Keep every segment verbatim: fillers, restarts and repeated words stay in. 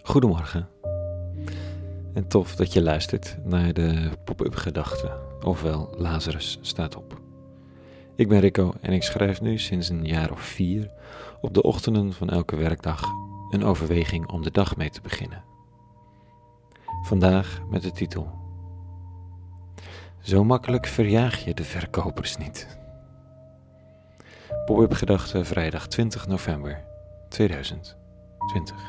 Goedemorgen en tof dat je luistert naar de pop-up gedachten, ofwel Lazarus staat op. Ik ben Rico en ik schrijf nu sinds een jaar of vier op de ochtenden van elke werkdag een overweging om de dag mee te beginnen. Vandaag met de titel: Zo makkelijk verjaag je de verkopers niet. Pop-up gedachten vrijdag twintig november tweeduizend twintig.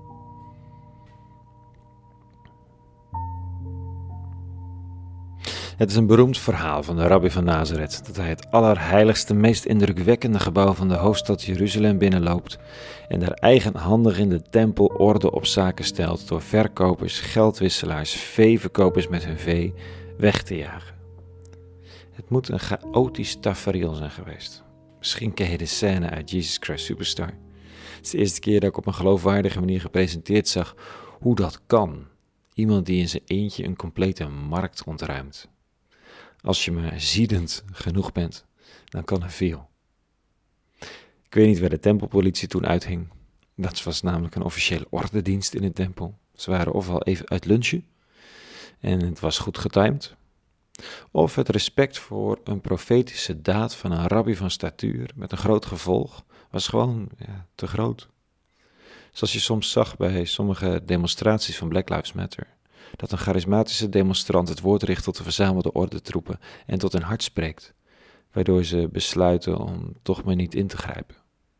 Het is een beroemd verhaal van de rabbi van Nazareth dat hij het allerheiligste, meest indrukwekkende gebouw van de hoofdstad Jeruzalem binnenloopt en daar eigenhandig in de tempel orde op zaken stelt door verkopers, geldwisselaars, veeverkopers met hun vee weg te jagen. Het moet een chaotisch tafereel zijn geweest. Misschien ken je de scène uit Jesus Christ Superstar. Het is de eerste keer dat ik op een geloofwaardige manier gepresenteerd zag hoe dat kan. Iemand die in zijn eentje een complete markt ontruimt. Als je maar ziedend genoeg bent, dan kan er veel. Ik weet niet waar de tempelpolitie toen uithing. Dat was namelijk een officiële ordendienst in de tempel. Ze waren ofwel even uit lunchen en het was goed getimed, of het respect voor een profetische daad van een rabbi van statuur met een groot gevolg was gewoon ja, te groot. Zoals je soms zag bij sommige demonstraties van Black Lives Matter, dat een charismatische demonstrant het woord richt tot de verzamelde ordentroepen en tot hun hart spreekt, waardoor ze besluiten om toch maar niet in te grijpen.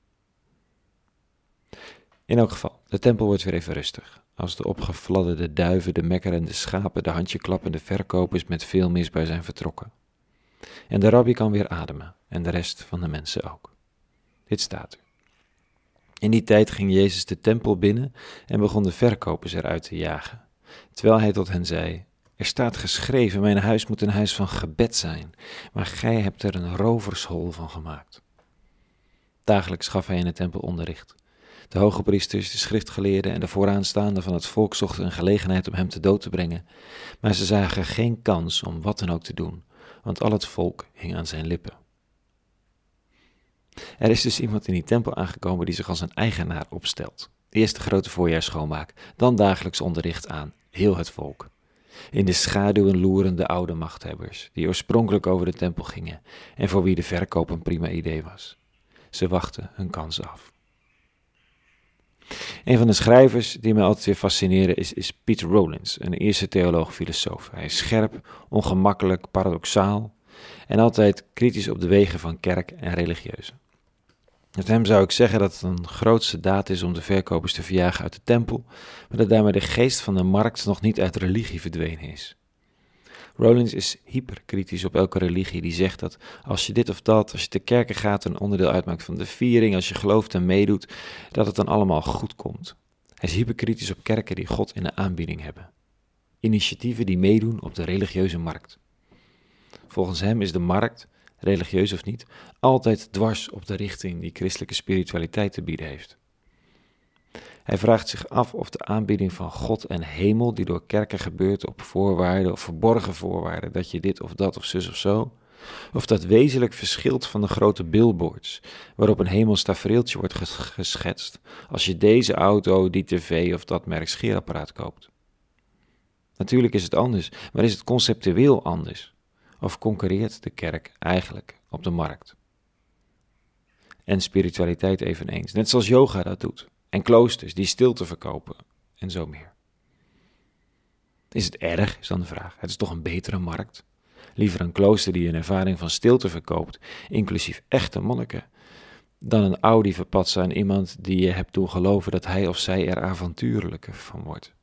In elk geval, de tempel wordt weer even rustig, als de opgefladderde duiven, de mekkerende schapen, de handjeklappende verkopers met veel misbaar zijn vertrokken. En de rabbi kan weer ademen, en de rest van de mensen ook. Dit staat er. In die tijd ging Jezus de tempel binnen en begon de verkopers eruit te jagen, terwijl hij tot hen zei: Er staat geschreven, mijn huis moet een huis van gebed zijn, maar gij hebt er een rovershol van gemaakt. Dagelijks gaf hij in de tempel onderricht. De hogepriesters, de schriftgeleerden en de vooraanstaanden van het volk zochten een gelegenheid om hem te dood te brengen, maar ze zagen geen kans om wat dan ook te doen, want al het volk hing aan zijn lippen. Er is dus iemand in die tempel aangekomen die zich als een eigenaar opstelt. Eerst de grote voorjaarsschoonmaak, dan dagelijks onderricht aan heel het volk. In de schaduwen loeren de oude machthebbers, die oorspronkelijk over de tempel gingen en voor wie de verkoop een prima idee was. Ze wachten hun kans af. Een van de schrijvers die mij altijd weer fascineren is, is Peter Rollins, een Ierse theoloog-filosoof. Hij is scherp, ongemakkelijk, paradoxaal en altijd kritisch op de wegen van kerk en religieuzen. Met hem zou ik zeggen dat het een grootste daad is om de verkopers te verjagen uit de tempel, maar dat daarmee de geest van de markt nog niet uit religie verdwenen is. Rollins is hyperkritisch op elke religie die zegt dat als je dit of dat, als je te kerken gaat, een onderdeel uitmaakt van de viering, als je gelooft en meedoet, dat het dan allemaal goed komt. Hij is hyperkritisch op kerken die God in de aanbieding hebben. Initiatieven die meedoen op de religieuze markt. Volgens hem is de markt, religieus of niet, altijd dwars op de richting die christelijke spiritualiteit te bieden heeft. Hij vraagt zich af of de aanbieding van God en hemel, die door kerken gebeurt op voorwaarden of verborgen voorwaarden, dat je dit of dat of zus of zo, of dat wezenlijk verschilt van de grote billboards, waarop een hemels tafereeltje wordt geschetst, als je deze auto, die tv of dat merk scheerapparaat koopt. Natuurlijk is het anders, maar is het conceptueel anders? Of concurreert de kerk eigenlijk op de markt? En spiritualiteit eveneens, net zoals yoga dat doet. En kloosters die stilte verkopen en zo meer. Is het erg, is dan de vraag. Het is toch een betere markt? Liever een klooster die een ervaring van stilte verkoopt, inclusief echte monniken, dan een Audi verpatsen aan iemand die je hebt doen geloven dat hij of zij er avontuurlijker van wordt.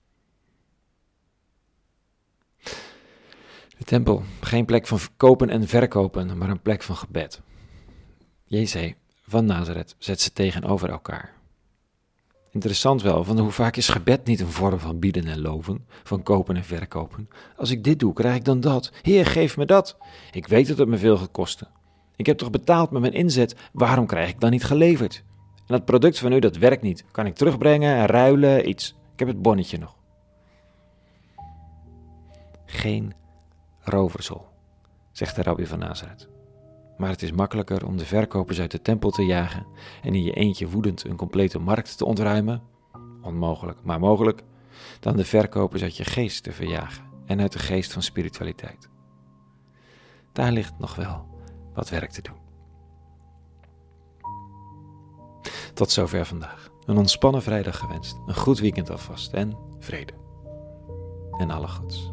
De tempel, geen plek van kopen en verkopen, maar een plek van gebed. Jezus van Nazareth zet ze tegenover elkaar. Interessant wel, van hoe vaak is gebed niet een vorm van bieden en loven, van kopen en verkopen? Als ik dit doe, krijg ik dan dat. Heer, geef me dat. Ik weet dat het me veel gaat kosten. Ik heb toch betaald met mijn inzet, waarom krijg ik dan niet geleverd? En dat product van u, dat werkt niet. Kan ik terugbrengen, ruilen, iets. Ik heb het bonnetje nog. Geen rovershol, zegt de rabbi van Nazareth. Maar het is makkelijker om de verkopers uit de tempel te jagen en in je eentje woedend een complete markt te ontruimen, onmogelijk, maar mogelijk, dan de verkopers uit je geest te verjagen en uit de geest van spiritualiteit. Daar ligt nog wel wat werk te doen. Tot zover vandaag. Een ontspannen vrijdag gewenst, een goed weekend alvast en vrede. En alle goeds.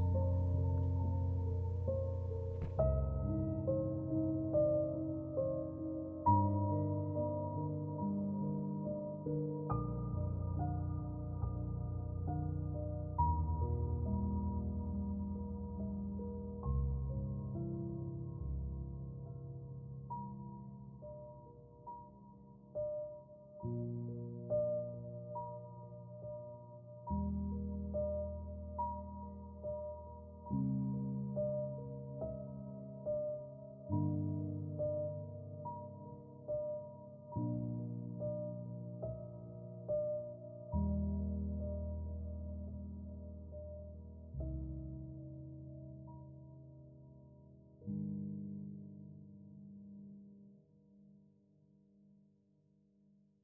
Thank you.